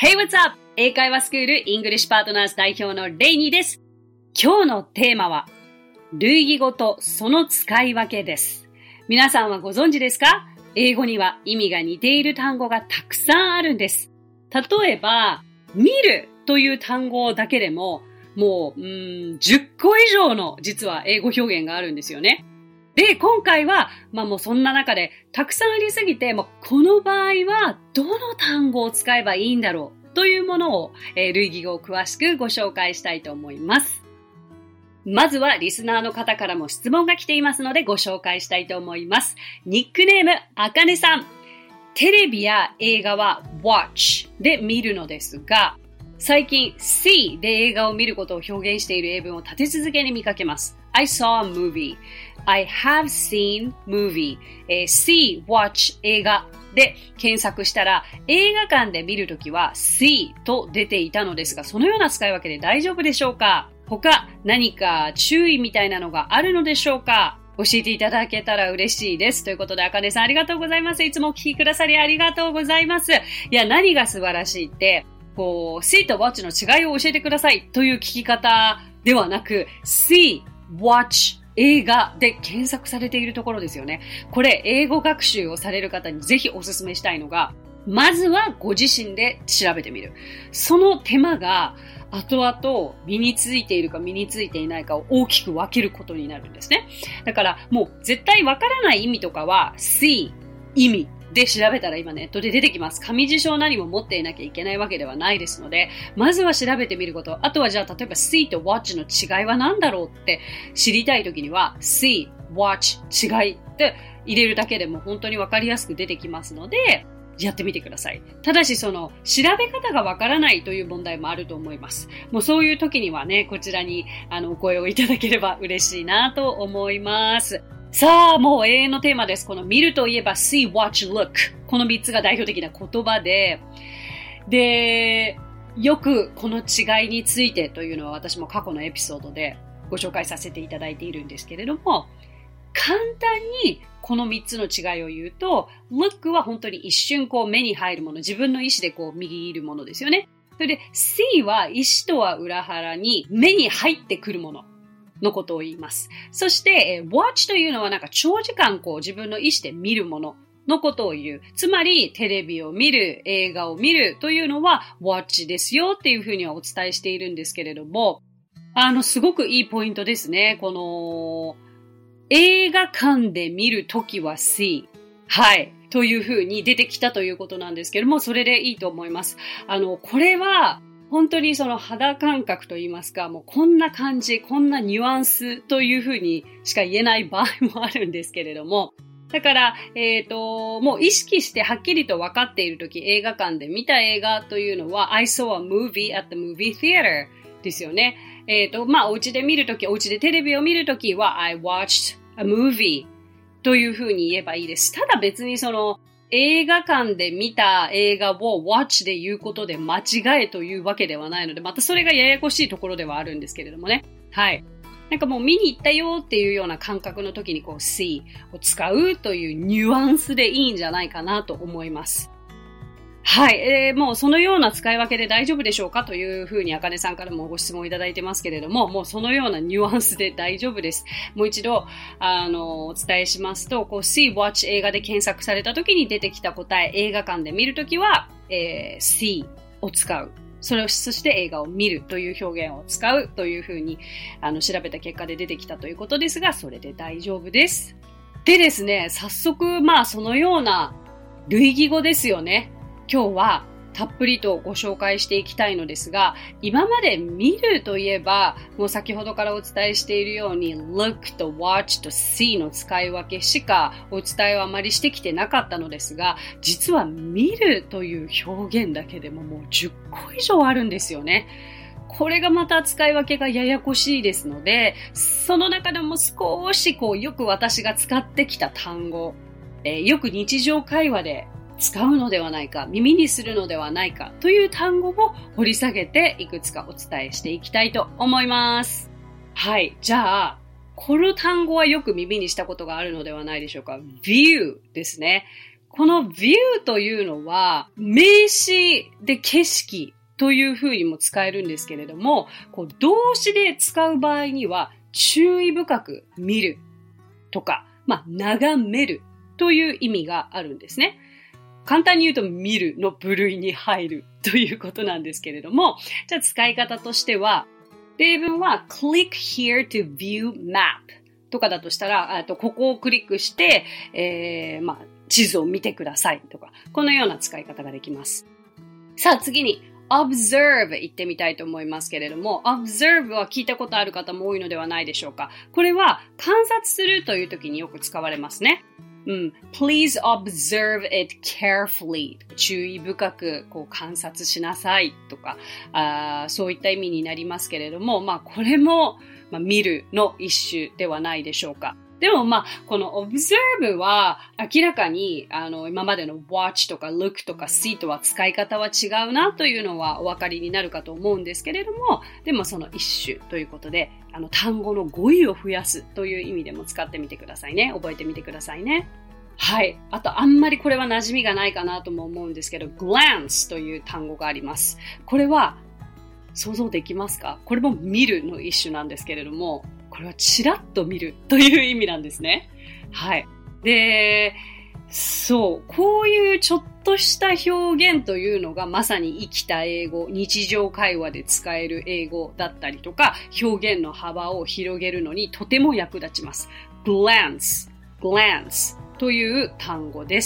Hey, what's up? 英会話スクールイングリッシュパートナーズ代表のレイニーです。今日のテーマは、類義語とその使い分けです。皆さんはご存知ですか？英語には意味が似ている単語がたくさんあるんです。例えば、見るという単語だけでも、もう、10個以上の実は英語表現があるんですよね。で、今回は、もうそんな中でたくさんありすぎて、この場合はどの単語を使えばいいんだろうというものを、類義語を詳しくご紹介したいと思います。まずはリスナーの方からも質問が来ていますのでご紹介したいと思います。ニックネーム、あかねさん。テレビや映画は watch で見るのですが、最近 see で映画を見ることを表現している英文を立て続けに見かけます。I saw a movie.I have seen movie、see, watch 映画で検索したら映画館で見るときは see と出ていたのですが、そのような使い分けで大丈夫でしょうか？他何か注意みたいなのがあるのでしょうか？教えていただけたら嬉しいです。ということで、あかねさんありがとうございます。いつもお聞きくださりありがとうございます。いや、何が素晴らしいって、see と watch の違いを教えてくださいという聞き方ではなく、see, watch映画で検索されているところですよね。これ、英語学習をされる方にぜひお勧めしたいのが、まずはご自身で調べてみる。その手間が、後々身についているか身についていないかを大きく分けることになるんですね。だから、もう絶対わからない意味とかは、see、意味。で調べたら今ネットで出てきます。紙辞書を何も持っていなきゃいけないわけではないですので、まずは調べてみること。あとはじゃあ例えば see と watch の違いは何だろうって知りたいときには see, watch 違いって入れるだけでも本当にわかりやすく出てきますので、やってみてください。ただしその調べ方がわからないという問題もあると思います。もうそういう時にはね、こちらにお声をいただければ嬉しいなと思います。さあ、もう永遠のテーマです。この見るといえば see, watch, look。この3つが代表的な言葉で、よくこの違いについてというのは私も過去のエピソードでご紹介させていただいているんですけれども、簡単にこの3つの違いを言うと、look は本当に一瞬目に入るもの、自分の意思で見るものですよね。それで see は意思とは裏腹に目に入ってくるもののことを言います。そして、watch というのは長時間自分の意思で見るもののことを言う。つまり、テレビを見る、映画を見るというのは watch ですよっていうふうにはお伝えしているんですけれども、すごくいいポイントですね。この、映画館で見るときは see。はい。というふうに出てきたということなんですけれども、それでいいと思います。これは、本当にその肌感覚といいますか、もうこんな感じ、こんなニュアンスというふうにしか言えない場合もあるんですけれども、だから、もう意識してはっきりと分かっているとき、映画館で見た映画というのは、I saw a movie at the movie theater ですよね。お家で見るとき、お家でテレビを見るときは、I watched a movie というふうに言えばいいです。ただ別に映画館で見た映画を watch で言うことで間違えというわけではないので、またそれがややこしいところではあるんですけれどもね。はい。もう見に行ったよっていうような感覚の時にsee を使うというニュアンスでいいんじゃないかなと思います。はい、もうそのような使い分けで大丈夫でしょうかというふうにあかねさんからもご質問いただいてますけれども、もうそのようなニュアンスで大丈夫です。もう一度、お伝えしますと、see, watch 映画で検索された時に出てきた答え、映画館で見るときは、see を使う。そして映画を見るという表現を使うというふうに、調べた結果で出てきたということですが、それで大丈夫です。でですね、早速、そのような類義語ですよね。今日はたっぷりとご紹介していきたいのですが、今まで見るといえば、もう先ほどからお伝えしているように look と watch と see の使い分けしかお伝えはあまりしてきてなかったのですが、実は見るという表現だけでももう10個以上あるんですよね。これがまた使い分けがややこしいですので、その中でも少しよく私が使ってきた単語、よく日常会話で使うのではないか、耳にするのではないかという単語を掘り下げていくつかお伝えしていきたいと思います。はい。じゃあ、この単語はよく耳にしたことがあるのではないでしょうか。view ですね。 この view というのは名詞で景色というふうにも使えるんですけれども、こう動詞で使う場合には注意深く見るとか、眺めるという意味があるんですね。簡単に言うと見るの部類に入るということなんですけれども、じゃあ使い方としては、例文は click here to view map とかだとしたら、ここをクリックして、地図を見てくださいとか、このような使い方ができます。さあ次にobserve 言ってみたいと思いますけれども、observe は聞いたことある方も多いのではないでしょうか。これは観察するという時によく使われますね。Please observe it carefully 注意深く観察しなさいとか、そういった意味になりますけれども、これも、見るの一種ではないでしょうか。でもこの observe は明らかに今までの watch とか look とか see とは使い方は違うなというのはお分かりになるかと思うんですけれども、でもその一種ということで単語の語彙を増やすという意味でも使ってみてくださいね。覚えてみてくださいね。はい。あとあんまりこれは馴染みがないかなとも思うんですけど glance という単語があります。これは想像できますか？これも見るの一種なんですけれども、これはチラッと見るという意味なんですね。はい。で、こういうちょっとした表現というのがまさに生きた英語、日常会話で使える英語だったりとか、表現の幅を広げるのにとても役立ちます。glance という単語です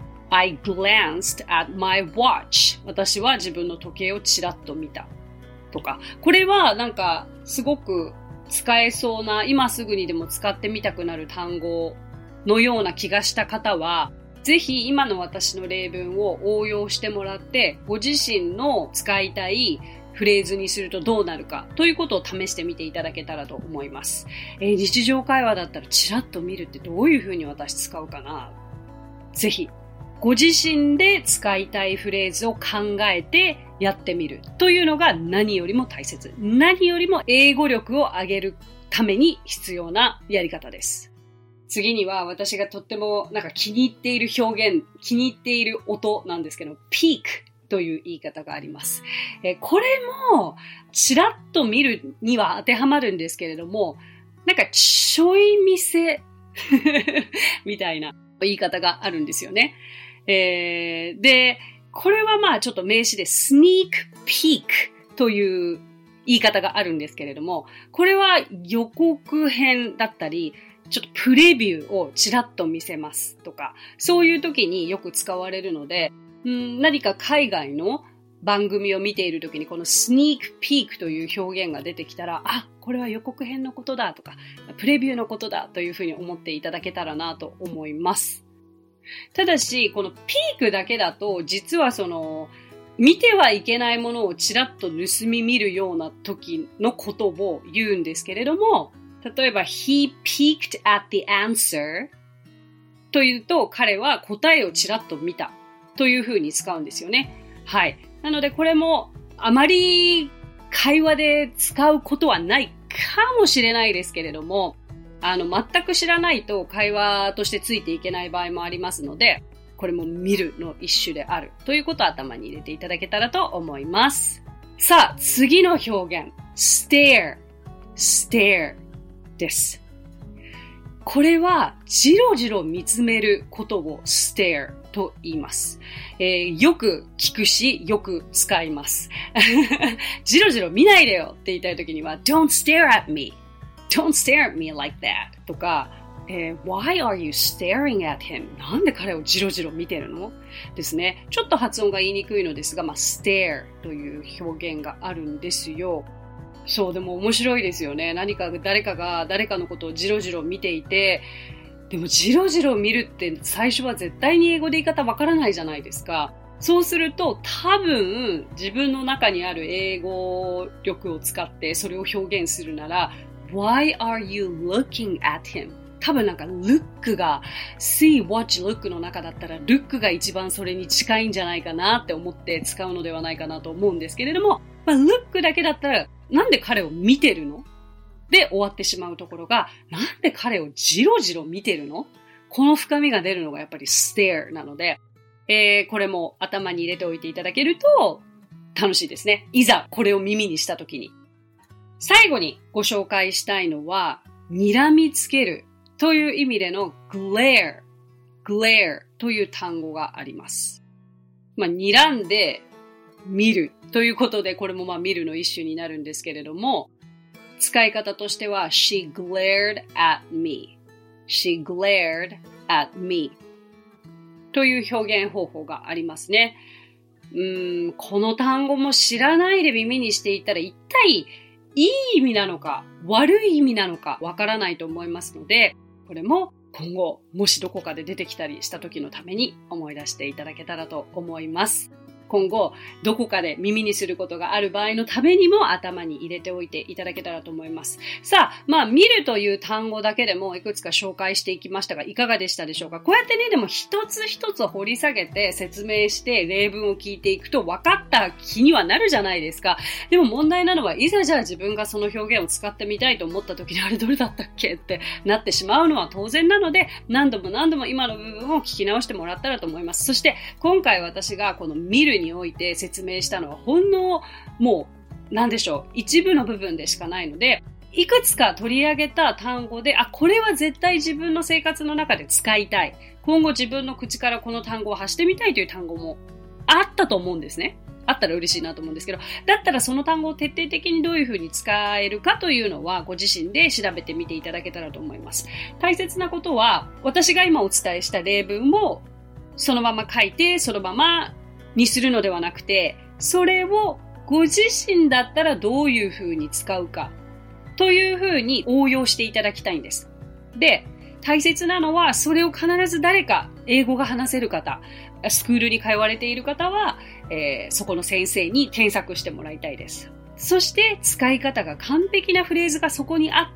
。I glanced at my watch. 私は自分の時計をチラッと見た。とか、これはすごく使えそうな、今すぐにでも使ってみたくなる単語のような気がした方は、ぜひ今の私の例文を応用してもらって、ご自身の使いたいフレーズにするとどうなるかということを試してみていただけたらと思います。日常会話だったらチラッと見るってどういうふうに私使うかな？ぜひご自身で使いたいフレーズを考えてやってみるというのが何よりも大切。何よりも英語力を上げるために必要なやり方です。次には私がとっても気に入っている表現、気に入っている音なんですけど、peek という言い方があります。これもちらっと見るには当てはまるんですけれども、ちょい見せみたいな言い方があるんですよね。で、これはちょっと名詞で sneak peek という言い方があるんですけれども、これは予告編だったり、ちょっとプレビューをちらっと見せますとか、そういう時によく使われるので、何か海外の番組を見ている時にこの sneak peek という表現が出てきたら、これは予告編のことだとか、プレビューのことだというふうに思っていただけたらなと思います。ただし、このピークだけだと、実は見てはいけないものをちらっと盗み見るような時のことを言うんですけれども、例えば、he peeked at the answer というと、彼は答えをちらっと見たというふうに使うんですよね。はい。なので、これもあまり会話で使うことはないかもしれないですけれども、全く知らないと会話としてついていけない場合もありますので、これも見るの一種であるということを頭に入れていただけたらと思います。さあ、次の表現、stare です。これはじろじろ見つめることを stare と言います。よく聞くし、よく使います。じろじろ見ないでよって言いたいときには Don't stare at me.Don't stare at me like that とか、Why are you staring at him? なんで彼をじろじろ見てるのですね。ちょっと発音が言いにくいのですが、stare という表現があるんですよ。そう、でも面白いですよね。誰かが誰かのことをじろじろ見ていて、でもじろじろ見るって最初は絶対に英語で言い方わからないじゃないですか。そうすると多分自分の中にある英語力を使ってそれを表現するなら、Why are you looking at him? 多分look が see, watch, look の中だったら look が一番それに近いんじゃないかなって思って使うのではないかなと思うんですけれども、look だけだったらなんで彼を見てるので終わってしまうところが、なんで彼をじろじろ見てるの？ この深みが出るのがやっぱり stare なので、これも頭に入れておいていただけると楽しいですね。いざこれを耳にしたときに。最後にご紹介したいのは、睨みつけるという意味での glare という単語があります。睨んで見るということで、これも見るの一種になるんですけれども、使い方としては She glared at me。She glared at me という表現方法がありますね。この単語も知らないで耳にしていたら一体いい意味なのか悪い意味なのかわからないと思いますので、これも今後もしどこかで出てきたりした時のために思い出していただけたらと思います。今後どこかで耳にすることがある場合のためにも頭に入れておいていただけたらと思います。さあ、見るという単語だけでもいくつか紹介していきましたが、いかがでしたでしょうか。こうやってね、でも一つ一つ掘り下げて説明して例文を聞いていくと分かった気にはなるじゃないですか。でも問題なのは、いざじゃあ自分がその表現を使ってみたいと思った時に、あれどれだったっけってなってしまうのは当然なので、何度も今の部分を聞き直してもらったらと思います。そして今回私がこの見るにおいて説明したのはほんの一部の部分でしかないので、いくつか取り上げた単語で、これは絶対自分の生活の中で使いたい。今後自分の口からこの単語を発してみたいという単語もあったと思うんですね。あったら嬉しいなと思うんですけど、だったらその単語を徹底的にどういうふうに使えるかというのはご自身で調べてみていただけたらと思います。大切なことは、私が今お伝えした例文をそのまま書いてそのままにするのではなくて、それをご自身だったらどういうふうに使うかというふうに応用していただきたいんです。で、大切なのは、それを必ず誰か英語が話せる方、スクールに通われている方は、そこの先生に添削してもらいたいです。そして使い方が完璧なフレーズがそこにあって、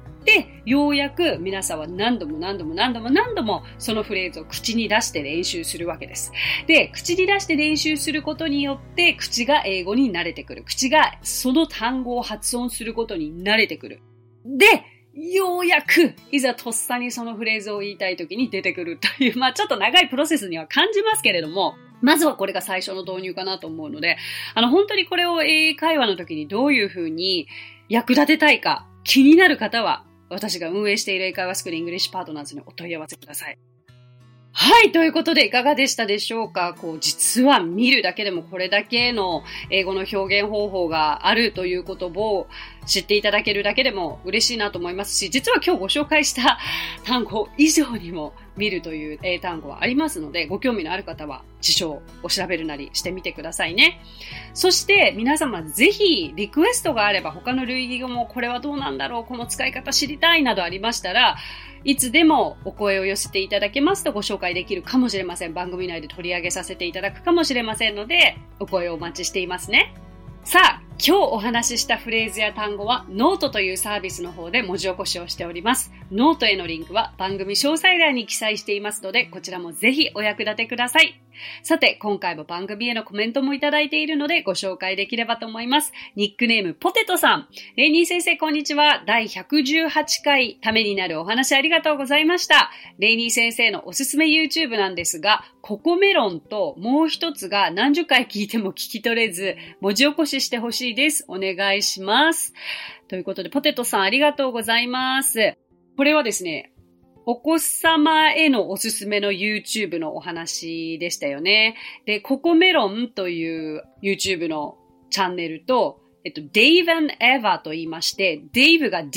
ようやく皆さんは何度もそのフレーズを口に出して練習するわけです。で、口に出して練習することによって口が英語に慣れてくる。口がその単語を発音することに慣れてくる。で、ようやくいざとっさにそのフレーズを言いたいときに出てくるという、ちょっと長いプロセスには感じますけれども、まずはこれが最初の導入かなと思うので、本当にこれを英会話の時にどういうふうに役立てたいか気になる方は、私が運営している英会話スクールイングリッシュパートナーズにお問い合わせください。はい、ということでいかがでしたでしょうか。実は見るだけでもこれだけの英語の表現方法があるということを知っていただけるだけでも嬉しいなと思いますし、実は今日ご紹介した単語以上にも見るという英単語はありますので、ご興味のある方は辞書を調べるなりしてみてくださいね。そして皆様ぜひリクエストがあれば、他の類義語もこれはどうなんだろう、この使い方知りたいなどありましたら、いつでもお声を寄せていただけますとご紹介できるかもしれません。番組内で取り上げさせていただくかもしれませんので、お声をお待ちしていますね。さあ、今日お話ししたフレーズや単語はノートというサービスの方で文字起こしをしております。ノートへのリンクは番組詳細欄に記載していますので、こちらもぜひお役立てください。さて、今回も番組へのコメントもいただいているのでご紹介できればと思います。ニックネームポテトさん。レイニー先生こんにちは。第118回ためになるお話ありがとうございました。レイニー先生のおすすめ YouTube なんですが、ココメロンともう一つが何十回聞いても聞き取れず、文字起こししてほしいです。お願いします。ということで、ポテトさんありがとうございます。これはですね、お子様へのおすすめの YouTube のお話でしたよね。で、ココメロンという YouTube のチャンネルと、Dave and Eva と言いまして、Dave が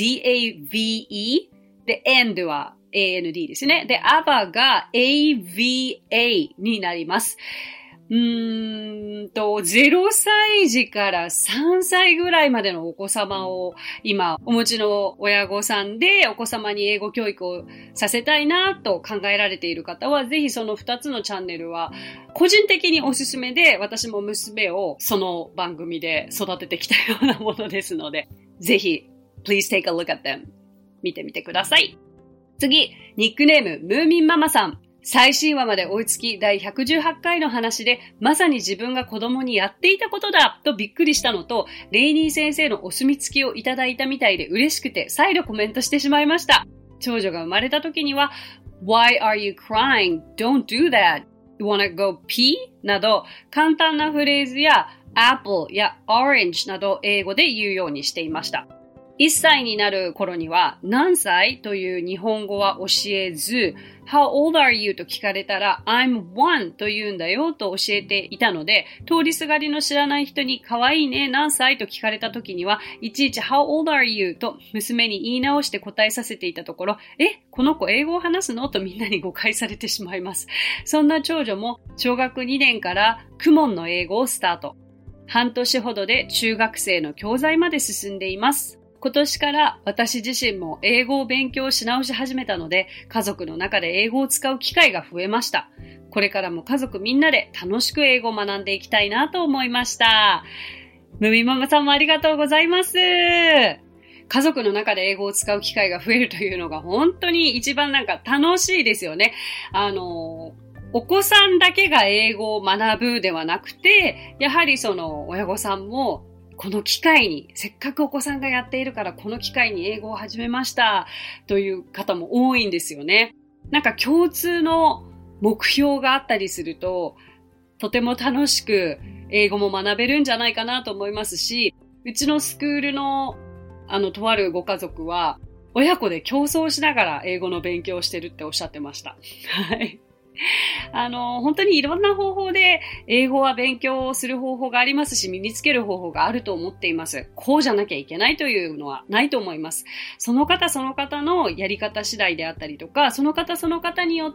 D-A-V-E で、and は A-N-D ですね。で、Ava が A-V-A になります。0歳児から3歳ぐらいまでのお子様を今お持ちの親御さんでお子様に英語教育をさせたいなと考えられている方はぜひその2つのチャンネルは個人的におすすめで、私も娘をその番組で育ててきたようなものですので、ぜひ Please take a look at them 見てみてください。次、ニックネームムーミンママさん。最新話まで追いつき第118回の話でまさに自分が子供にやっていたことだとびっくりしたのと、レイニー先生のお墨付きをいただいたみたいで嬉しくて再度コメントしてしまいました。長女が生まれた時には Why are you crying? Don't do that. You wanna go pee? など簡単なフレーズや apple や orange など英語で言うようにしていました。1歳になる頃には何歳という日本語は教えず How old are you? と聞かれたら I'm one と言うんだよと教えていたので通りすがりの知らない人に可愛いね何歳と聞かれた時にはいちいち How old are you? と娘に言い直して答えさせていたところこの子英語を話すのとみんなに誤解されてしまいます。そんな長女も小学2年から公文の英語をスタート。半年ほどで中学生の教材まで進んでいます。今年から私自身も英語を勉強し直し始めたので、家族の中で英語を使う機会が増えました。これからも家族みんなで楽しく英語を学んでいきたいなと思いました。ムミママさんもありがとうございます。家族の中で英語を使う機会が増えるというのが本当に一番楽しいですよね。お子さんだけが英語を学ぶではなくて、やはり親御さんもこの機会に、せっかくお子さんがやっているからこの機会に英語を始めましたという方も多いんですよね。共通の目標があったりすると、とても楽しく英語も学べるんじゃないかなと思いますし、うちのスクールのとあるご家族は親子で競争しながら英語の勉強をしてるっておっしゃってました。はい。本当にいろんな方法で英語は勉強する方法がありますし、身につける方法があると思っています。こうじゃなきゃいけないというのはないと思います。その方その方のやり方次第であったりとか、その方その方によって、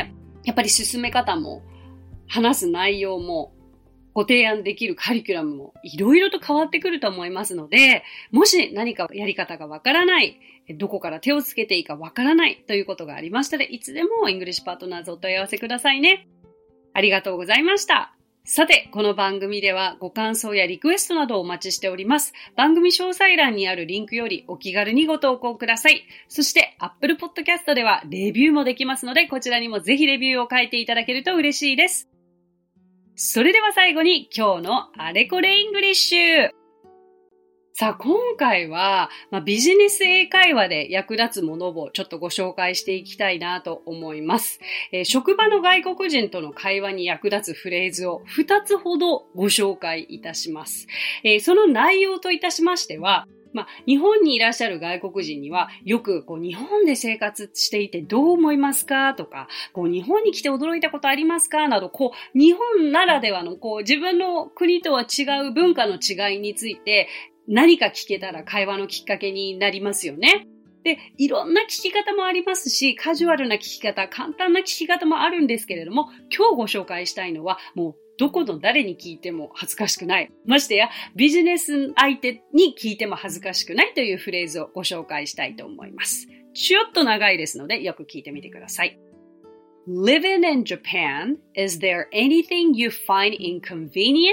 やっぱり進め方も、話す内容も、ご提案できるカリキュラムもいろいろと変わってくると思いますので、もし何かやり方がわからない、どこから手をつけていいかわからないということがありましたらいつでもイングリッシュパートナーズお問い合わせくださいね。ありがとうございました。さて、この番組ではご感想やリクエストなどをお待ちしております。番組詳細欄にあるリンクよりお気軽にご投稿ください。そして Apple Podcast ではレビューもできますので、こちらにもぜひレビューを書いていただけると嬉しいです。それでは最後に今日のあれこれイングリッシュ。さあ今回は、ビジネス英会話で役立つものをちょっとご紹介していきたいなと思います。職場の外国人との会話に役立つフレーズを2つほどご紹介いたします。その内容といたしましては、日本にいらっしゃる外国人にはよく日本で生活していてどう思いますかとか、日本に来て驚いたことありますかなど、日本ならではの自分の国とは違う文化の違いについて何か聞けたら会話のきっかけになりますよね。で、いろんな聞き方もありますし、カジュアルな聞き方、簡単な聞き方もあるんですけれども、今日ご紹介したいのはもうどこの誰に聞いても恥ずかしくない。ましてやビジネス相手に聞いても恥ずかしくないというフレーズをご紹介したいと思います。ちょっと長いですのでよく聞いてみてください。Living in Japan, is there anything you find inconvenient?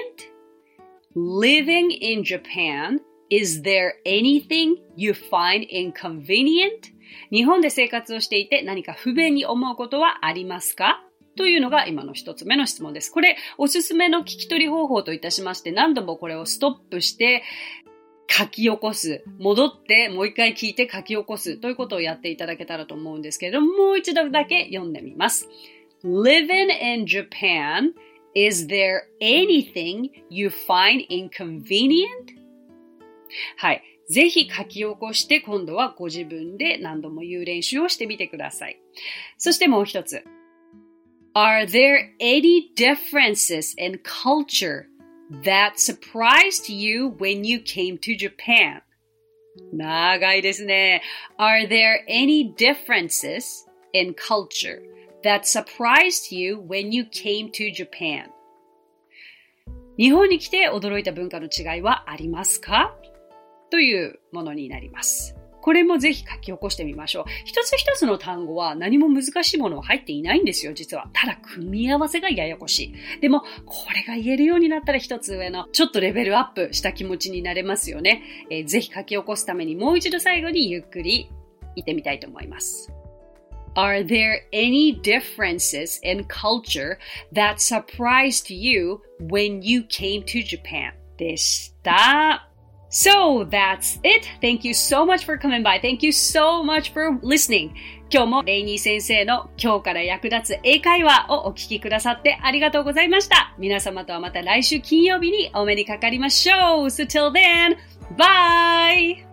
Living in Japan, is there anything you find inconvenient? 日本で生活をしていて何か不便に思うことはありますか？というのが今の一つ目の質問です。これ、おすすめの聞き取り方法といたしまして、何度もこれをストップして書き起こす、戻ってもう一回聞いて書き起こすということをやっていただけたらと思うんですけれども、もう一度だけ読んでみます。Living in Japan, is there anything you find inconvenient? はい。ぜひ書き起こして今度はご自分で何度も言う練習をしてみてください。そしてもう一つ。Are there any differences in culture that surprised you when you came to Japan? 長いですね。Are there any differences in culture that surprised you when you came to Japan? 日本に来て驚いた文化の違いはありますか？というものになります。これもぜひ書き起こしてみましょう。一つ一つの単語は何も難しいものは入っていないんですよ、実は。ただ、組み合わせがややこしい。でも、これが言えるようになったら一つ上の、ちょっとレベルアップした気持ちになれますよね。ぜひ書き起こすためにもう一度最後にゆっくり言ってみたいと思います。Are there any differences in culture that surprised you when you came to Japan? でした。 So that's it. Thank you so much for coming by. Thank you so much for listening. 今日もレイニー先生の今日から役立つ英会話をお聞きくださってありがとうございました。皆様とはまた来週金曜日にお目にかかりましょう。So till then, bye!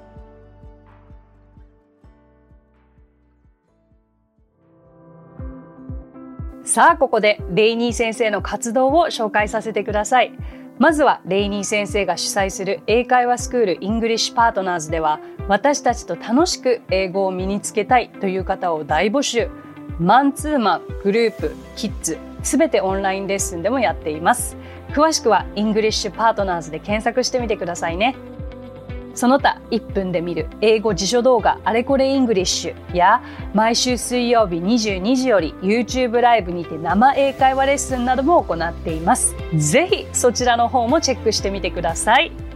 さあ、ここでレイニー先生の活動を紹介させてください。まずはレイニー先生が主催する英会話スクール English Partners では、私たちと楽しく英語を身につけたいという方を大募集。マンツーマン、グループ、キッズ、すべてオンラインレッスンでもやっています。詳しくは English Partners で検索してみてくださいね。その他1分で見る英語辞書動画あれこれイングリッシュや毎週水曜日22時より YouTube ライブにて生英会話レッスンなども行っています。ぜひそちらの方もチェックしてみてください。